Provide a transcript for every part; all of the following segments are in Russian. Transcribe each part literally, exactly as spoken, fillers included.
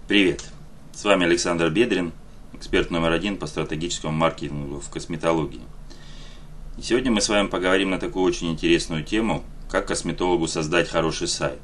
Привет! С вами Александр Бедрин, эксперт номер один по стратегическому маркетингу в косметологии. И сегодня мы с вами поговорим на такую очень интересную тему, как косметологу создать хороший сайт.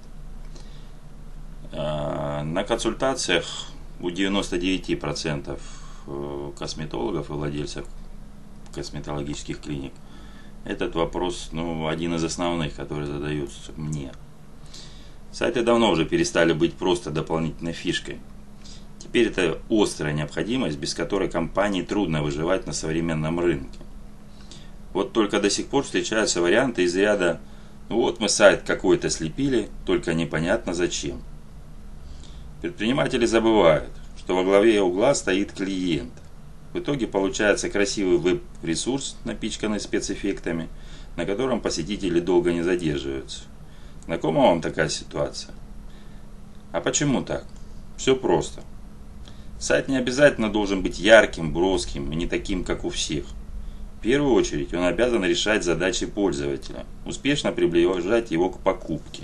На консультациях у девяноста девяти процентов косметологов и владельцев косметологических клиник этот вопрос, ну, один из основных, который задается мне. Сайты давно уже перестали быть просто дополнительной фишкой. Теперь это острая необходимость, без которой компании трудно выживать на современном рынке. Вот только до сих пор встречаются варианты из ряда «ну вот мы сайт какой-то слепили, только непонятно зачем». Предприниматели забывают, что во главе угла стоит клиент. В итоге получается красивый веб-ресурс, напичканный спецэффектами, на котором посетители долго не задерживаются. Знакома вам такая ситуация? А почему так? Все просто. Сайт не обязательно должен быть ярким, броским и не таким, как у всех. В первую очередь он обязан решать задачи пользователя, успешно приближать его к покупке.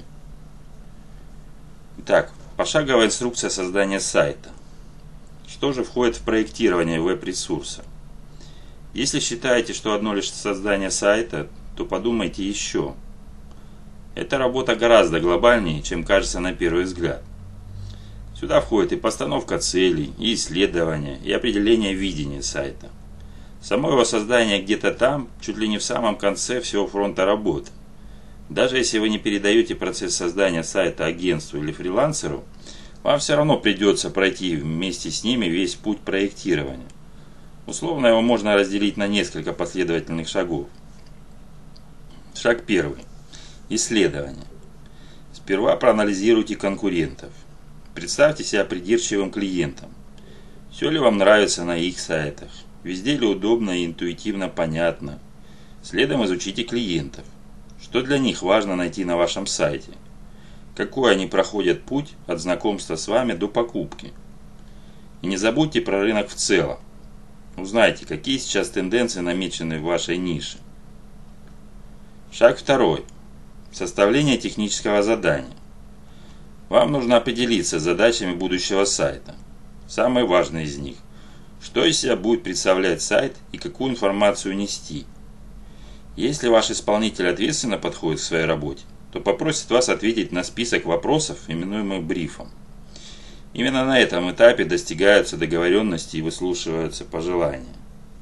Итак, пошаговая инструкция создания сайта. Что же входит в проектирование веб-ресурса? Если считаете, что одно лишь создание сайта, то подумайте еще. Эта работа гораздо глобальнее, чем кажется на первый взгляд. Сюда входит и постановка целей, и исследование, и определение видения сайта. Само его создание где-то там, чуть ли не в самом конце всего фронта работы. Даже если вы не передаете процесс создания сайта агентству или фрилансеру, вам все равно придется пройти вместе с ними весь путь проектирования. Условно его можно разделить на несколько последовательных шагов. Шаг первый. Исследование. Сперва проанализируйте конкурентов. Представьте себя придирчивым клиентом. Все ли вам нравится на их сайтах? Везде ли удобно и интуитивно понятно? Следом изучите клиентов. Что для них важно найти на вашем сайте? Какой они проходят путь от знакомства с вами до покупки? И не забудьте про рынок в целом. Узнайте, какие сейчас тенденции намечены в вашей нише. Шаг второй. Составление технического задания. Вам нужно определиться с задачами будущего сайта. Самые важные из них. Что из себя будет представлять сайт и какую информацию нести. Если ваш исполнитель ответственно подходит к своей работе, то попросит вас ответить на список вопросов, именуемых брифом. Именно на этом этапе достигаются договоренности и выслушиваются пожелания.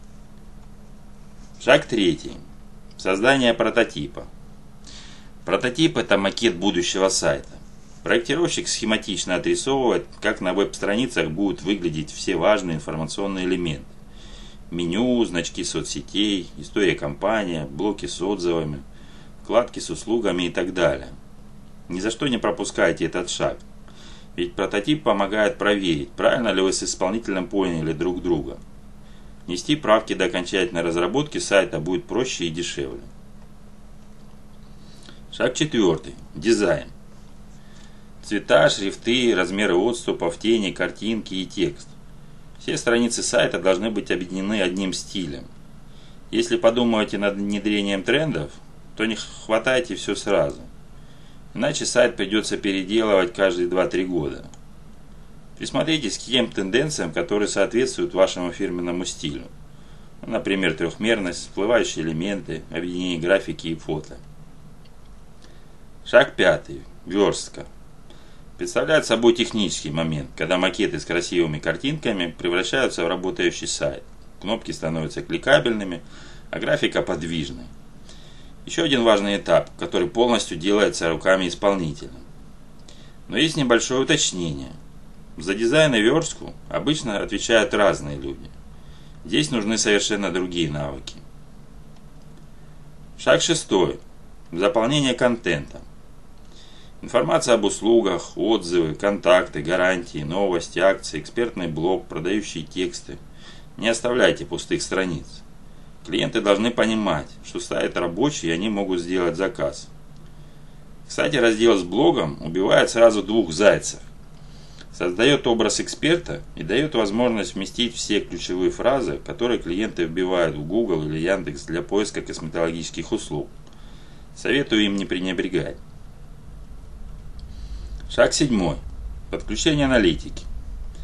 Шаг третий. Создание прототипа. Прототип – это макет будущего сайта. Проектировщик схематично отрисовывает, как на веб-страницах будут выглядеть все важные информационные элементы. Меню, значки соцсетей, история компании, блоки с отзывами, вкладки с услугами и так далее. Ни за что не пропускайте этот шаг. Ведь прототип помогает проверить, правильно ли вы с исполнителем поняли друг друга. Внести правки до окончательной разработки сайта будет проще и дешевле. Шаг четвертый. Дизайн. Цвета, шрифты, размеры отступов, тени, картинки и текст. Все страницы сайта должны быть объединены одним стилем. Если подумаете над внедрением трендов, то не хватайте все сразу. Иначе сайт придется переделывать каждые два-три года. Присмотритесь к тем тенденциям, которые соответствуют вашему фирменному стилю. Например, трехмерность, всплывающие элементы, объединение графики и фото. Шаг пятый. Верстка. Представляет собой технический момент, когда макеты с красивыми картинками превращаются в работающий сайт. Кнопки становятся кликабельными, а графика подвижной. Еще один важный этап, который полностью делается руками исполнителя. Но есть небольшое уточнение. За дизайн и верстку обычно отвечают разные люди. Здесь нужны совершенно другие навыки. Шаг шестой. Заполнение контента. Информация об услугах, отзывы, контакты, гарантии, новости, акции, экспертный блог, продающие тексты. Не оставляйте пустых страниц. Клиенты должны понимать, что сайт рабочий и они могут сделать заказ. Кстати, раздел с блогом убивает сразу двух зайцев. Создает образ эксперта и дает возможность вместить все ключевые фразы, которые клиенты вбивают в Google или Яндекс для поиска косметологических услуг. Советую им не пренебрегать. Шаг седьмой. Подключение аналитики.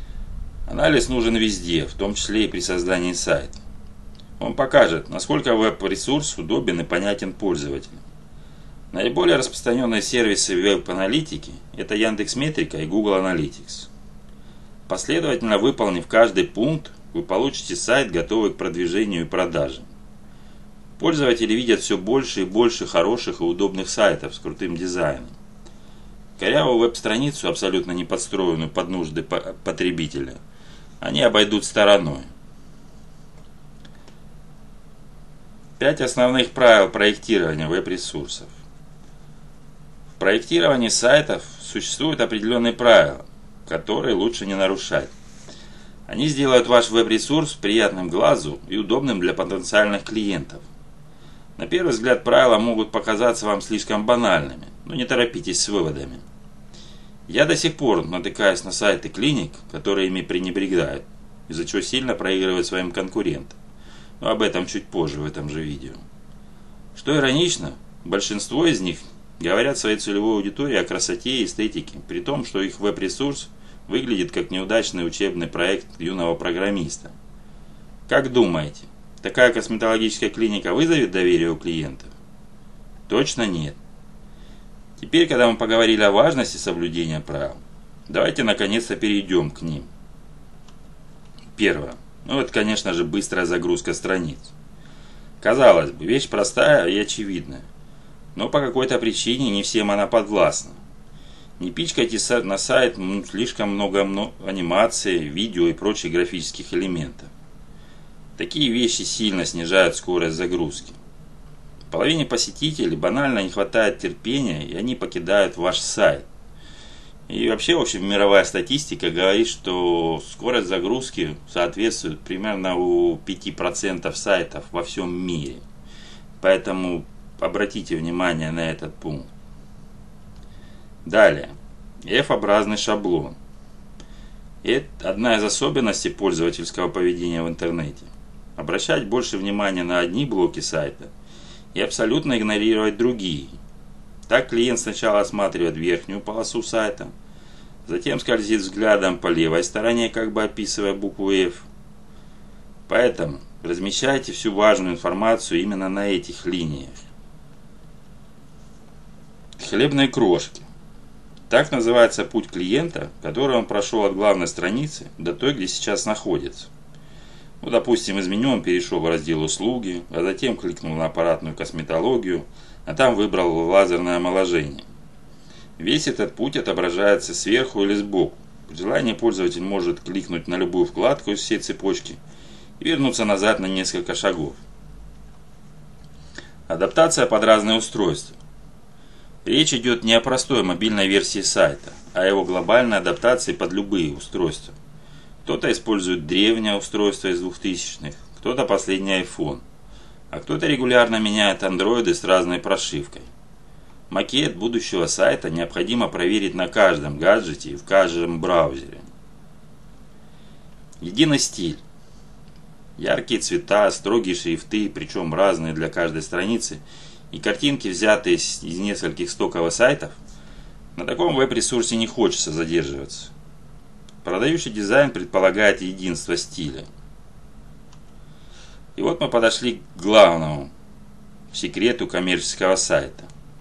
Анализ нужен везде, в том числе и при создании сайта. Он покажет, насколько веб-ресурс удобен и понятен пользователю. Наиболее распространенные сервисы веб-аналитики – это Яндекс.Метрика и Google Analytics. Последовательно выполнив каждый пункт, вы получите сайт, готовый к продвижению и продаже. Пользователи видят все больше и больше хороших и удобных сайтов с крутым дизайном. Корявую веб-страницу, абсолютно не подстроенную под нужды потребителя, они обойдут стороной. Пять основных правил проектирования веб-ресурсов. В проектировании сайтов существуют определенные правила, которые лучше не нарушать. Они сделают ваш веб-ресурс приятным глазу и удобным для потенциальных клиентов. На первый взгляд правила могут показаться вам слишком банальными, но не торопитесь с выводами. Я до сих пор натыкаюсь на сайты клиник, которые ими пренебрегают, из-за чего сильно проигрывают своим конкурентам. Но об этом чуть позже в этом же видео. Что иронично, большинство из них говорят своей целевой аудитории о красоте и эстетике, при том, что их веб-ресурс выглядит как неудачный учебный проект юного программиста. Как думаете, такая косметологическая клиника вызовет доверие у клиентов? Точно нет. Теперь, когда мы поговорили о важности соблюдения правил, давайте наконец-то перейдем к ним. Первое. Ну, это, конечно же, быстрая загрузка страниц. Казалось бы, вещь простая и очевидная, но по какой-то причине не всем она подвластна. Не пичкайте на сайт слишком много анимаций, видео и прочих графических элементов. Такие вещи сильно снижают скорость загрузки. Половине посетителей банально не хватает терпения, и они покидают ваш сайт. И вообще, в общем, мировая статистика говорит, что скорость загрузки соответствует примерно у пяти процентов сайтов во всем мире. Поэтому обратите внимание на этот пункт. Далее. F-образный шаблон. Это одна из особенностей пользовательского поведения в интернете. Обращать больше внимания на одни блоки сайта и абсолютно игнорировать другие. Так клиент сначала осматривает верхнюю полосу сайта, затем скользит взглядом по левой стороне, как бы описывая букву F. Поэтому размещайте всю важную информацию именно на этих линиях. Хлебные крошки. Так называется путь клиента, который он прошел от главной страницы до той, где сейчас находится. Ну, допустим, из меню он перешел в раздел «Услуги», а затем кликнул на аппаратную косметологию, а там выбрал лазерное омоложение. Весь этот путь отображается сверху или сбоку. При желании пользователь может кликнуть на любую вкладку из всей цепочки и вернуться назад на несколько шагов. Адаптация под разные устройства. Речь идет не о простой мобильной версии сайта, а о его глобальной адаптации под любые устройства. Кто-то использует древнее устройство из двухтысячных, кто-то последний iPhone, а кто-то регулярно меняет андроиды с разной прошивкой. Макет будущего сайта необходимо проверить на каждом гаджете и в каждом браузере. Единый стиль. Яркие цвета, строгие шрифты, причем разные для каждой страницы, и картинки, взятые из нескольких стоковых сайтов. На таком веб-ресурсе не хочется задерживаться. Продающий дизайн предполагает единство стиля. И вот мы подошли к главному секрету коммерческого сайта.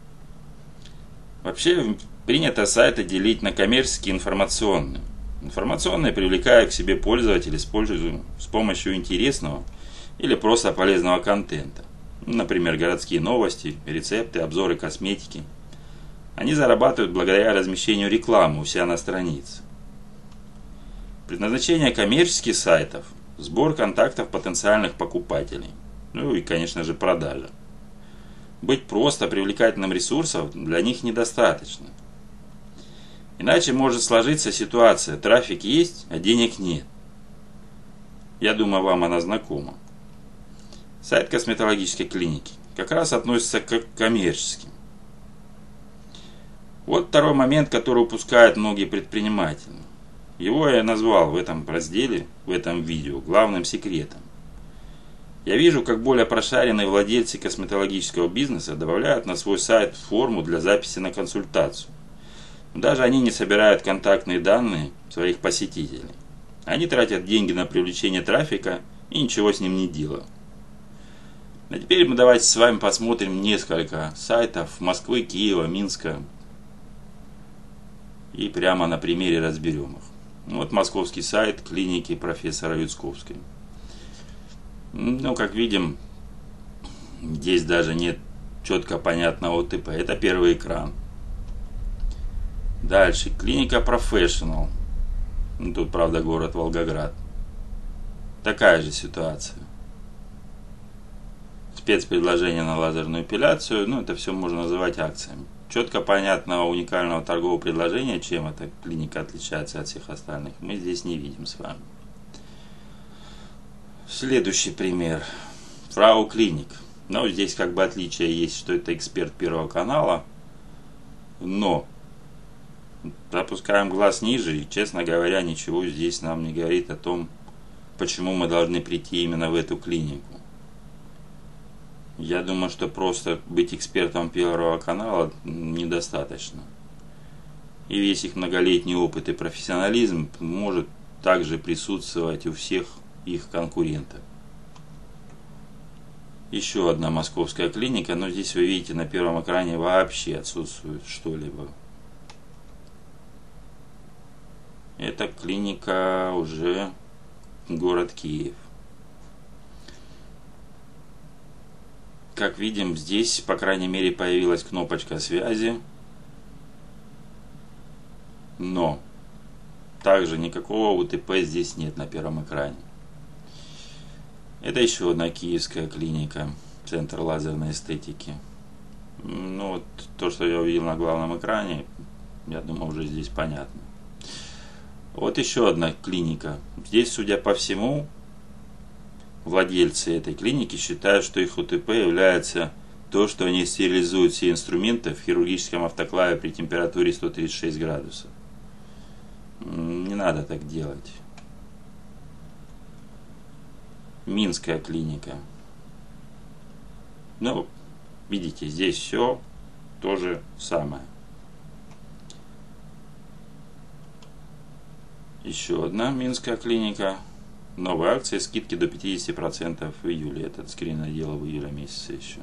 Вообще принято сайты делить на коммерческие и информационные. Информационные привлекают к себе пользователей с помощью интересного или просто полезного контента. Например, городские новости, рецепты, обзоры косметики. Они зарабатывают благодаря размещению рекламы у себя на странице. Предназначение коммерческих сайтов – сбор контактов потенциальных покупателей. Ну и, конечно же, продажа. Быть просто привлекательным ресурсом для них недостаточно. Иначе может сложиться ситуация: трафик есть, а денег нет. Я думаю, вам она знакома. Сайт косметологической клиники как раз относится к коммерческим. Вот второй момент, который упускают многие предприниматели. Его я назвал в этом разделе, в этом видео, главным секретом. Я вижу, как более прошаренные владельцы косметологического бизнеса добавляют на свой сайт форму для записи на консультацию. Но даже они не собирают контактные данные своих посетителей. Они тратят деньги на привлечение трафика и ничего с ним не делают. А теперь мы давайте с вами посмотрим несколько сайтов Москвы, Киева, Минска. И прямо на примере разберем их. Вот московский сайт клиники профессора Ютсковской. Ну, как видим, здесь даже нет четко понятного ОТП. Это первый экран. Дальше. Клиника Professional. Ну, тут, правда, город Волгоград. Такая же ситуация. Спецпредложение на лазерную эпиляцию. Ну, это все можно называть акциями. Четко понятного уникального торгового предложения, чем эта клиника отличается от всех остальных, мы здесь не видим с вами. Следующий пример. Фрау Клиник. Ну, здесь как бы отличие есть, что это эксперт Первого канала. Но опускаем глаз ниже, и, честно говоря, ничего здесь нам не говорит о том, почему мы должны прийти именно в эту клинику. Я думаю, что просто быть экспертом Первого канала недостаточно. И весь их многолетний опыт и профессионализм может также присутствовать у всех их конкурентов. Еще одна московская клиника, но здесь вы видите, на первом экране вообще отсутствует что-либо. Это клиника уже город Киев. Как видим, здесь, по крайней мере, появилась кнопочка связи. Но также никакого УТП здесь нет на первом экране. Это еще одна киевская клиника, центр лазерной эстетики. Ну вот то, что я увидел на главном экране, я думаю, уже здесь понятно. Вот еще одна клиника. Здесь, судя по всему, владельцы этой клиники считают, что их УТП является то, что они стерилизуют все инструменты в хирургическом автоклаве при температуре сто тридцать шесть градусов. Не надо так делать. Минская клиника. Ну, видите, здесь все то же самое. Еще одна Минская клиника. Новая акция, скидки до пятидесяти процентов в июле. Этот скрин я делал в июле месяце еще.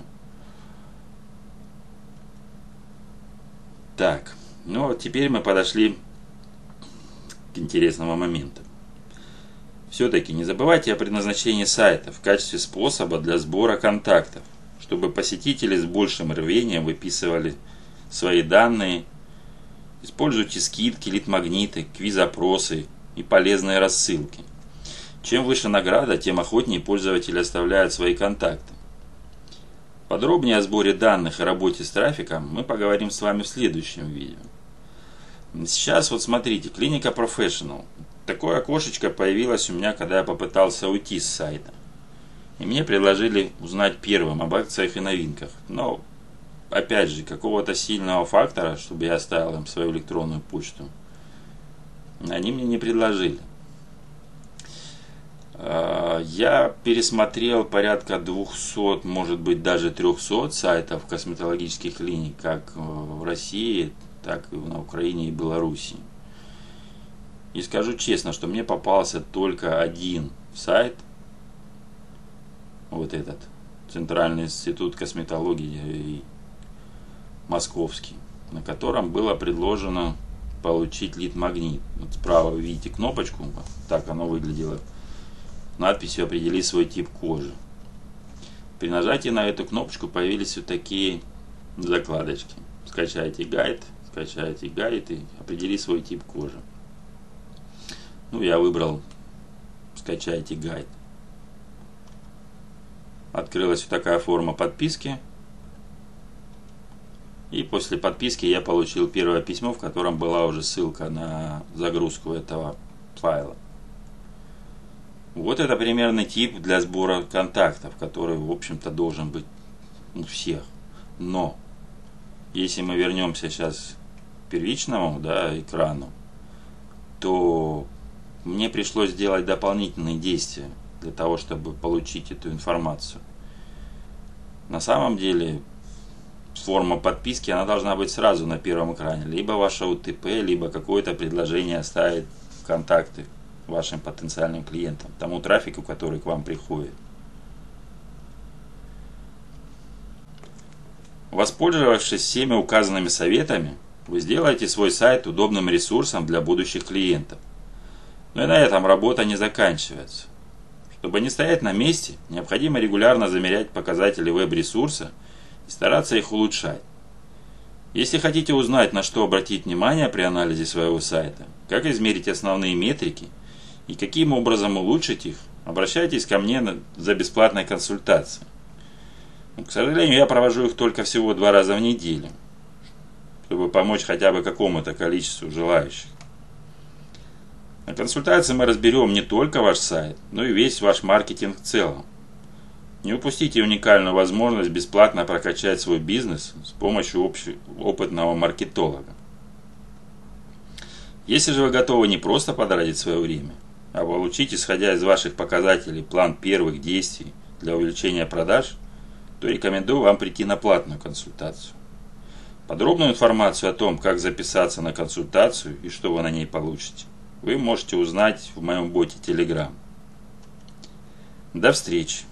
Так, ну вот теперь мы подошли к интересному моменту. Все-таки не забывайте о предназначении сайта в качестве способа для сбора контактов, чтобы посетители с большим рвением выписывали свои данные. Используйте скидки, лид-магниты, квиз-опросы и полезные рассылки. Чем выше награда, тем охотнее пользователи оставляют свои контакты. Подробнее о сборе данных и работе с трафиком мы поговорим с вами в следующем видео. Сейчас вот смотрите, клиника Professional. Такое окошечко появилось у меня, когда я попытался уйти с сайта. И мне предложили узнать первым об акциях и новинках. Но, опять же, какого-то сильного фактора, чтобы я оставил им свою электронную почту, они мне не предложили. Я пересмотрел порядка двухсот, может быть даже трехсот сайтов косметологических клиник, как в России, так и на Украине и Беларуси. И скажу честно, что мне попался только один сайт, вот этот, Центральный институт косметологии московский, на котором было предложено получить лид-магнит. Вот справа вы видите кнопочку, так оно выглядело. Надписью «Определи свой тип кожи». При нажатии на эту кнопочку появились вот такие закладочки. Скачайте гайд, скачайте гайд и определи свой тип кожи. Ну, я выбрал «Скачайте гайд». Открылась вот такая форма подписки. И после подписки я получил первое письмо, в котором была уже ссылка на загрузку этого файла. Вот это примерный тип для сбора контактов, который, в общем-то, должен быть у всех. Но, если мы вернемся сейчас к первичному, да, экрану, то мне пришлось сделать дополнительные действия для того, чтобы получить эту информацию. На самом деле, форма подписки, она должна быть сразу на первом экране. Либо ваше УТП, либо какое-то предложение оставить в контакты вашим потенциальным клиентам, тому трафику, который к вам приходит. Воспользовавшись всеми указанными советами, вы сделаете свой сайт удобным ресурсом для будущих клиентов. Но и на этом работа не заканчивается. Чтобы не стоять на месте, необходимо регулярно замерять показатели веб-ресурса и стараться их улучшать. Если хотите узнать, на что обратить внимание при анализе своего сайта, как измерить основные метрики и каким образом улучшить их, обращайтесь ко мне за бесплатной консультацией. Но, к сожалению, я провожу их только всего два раза в неделю, чтобы помочь хотя бы какому-то количеству желающих. На консультации мы разберем не только ваш сайт, но и весь ваш маркетинг в целом. Не упустите уникальную возможность бесплатно прокачать свой бизнес с помощью общего, опытного маркетолога. Если же вы готовы не просто потратить свое время, а получить, исходя из ваших показателей, план первых действий для увеличения продаж, то рекомендую вам прийти на платную консультацию. Подробную информацию о том, как записаться на консультацию и что вы на ней получите, вы можете узнать в моем боте Telegram. До встречи!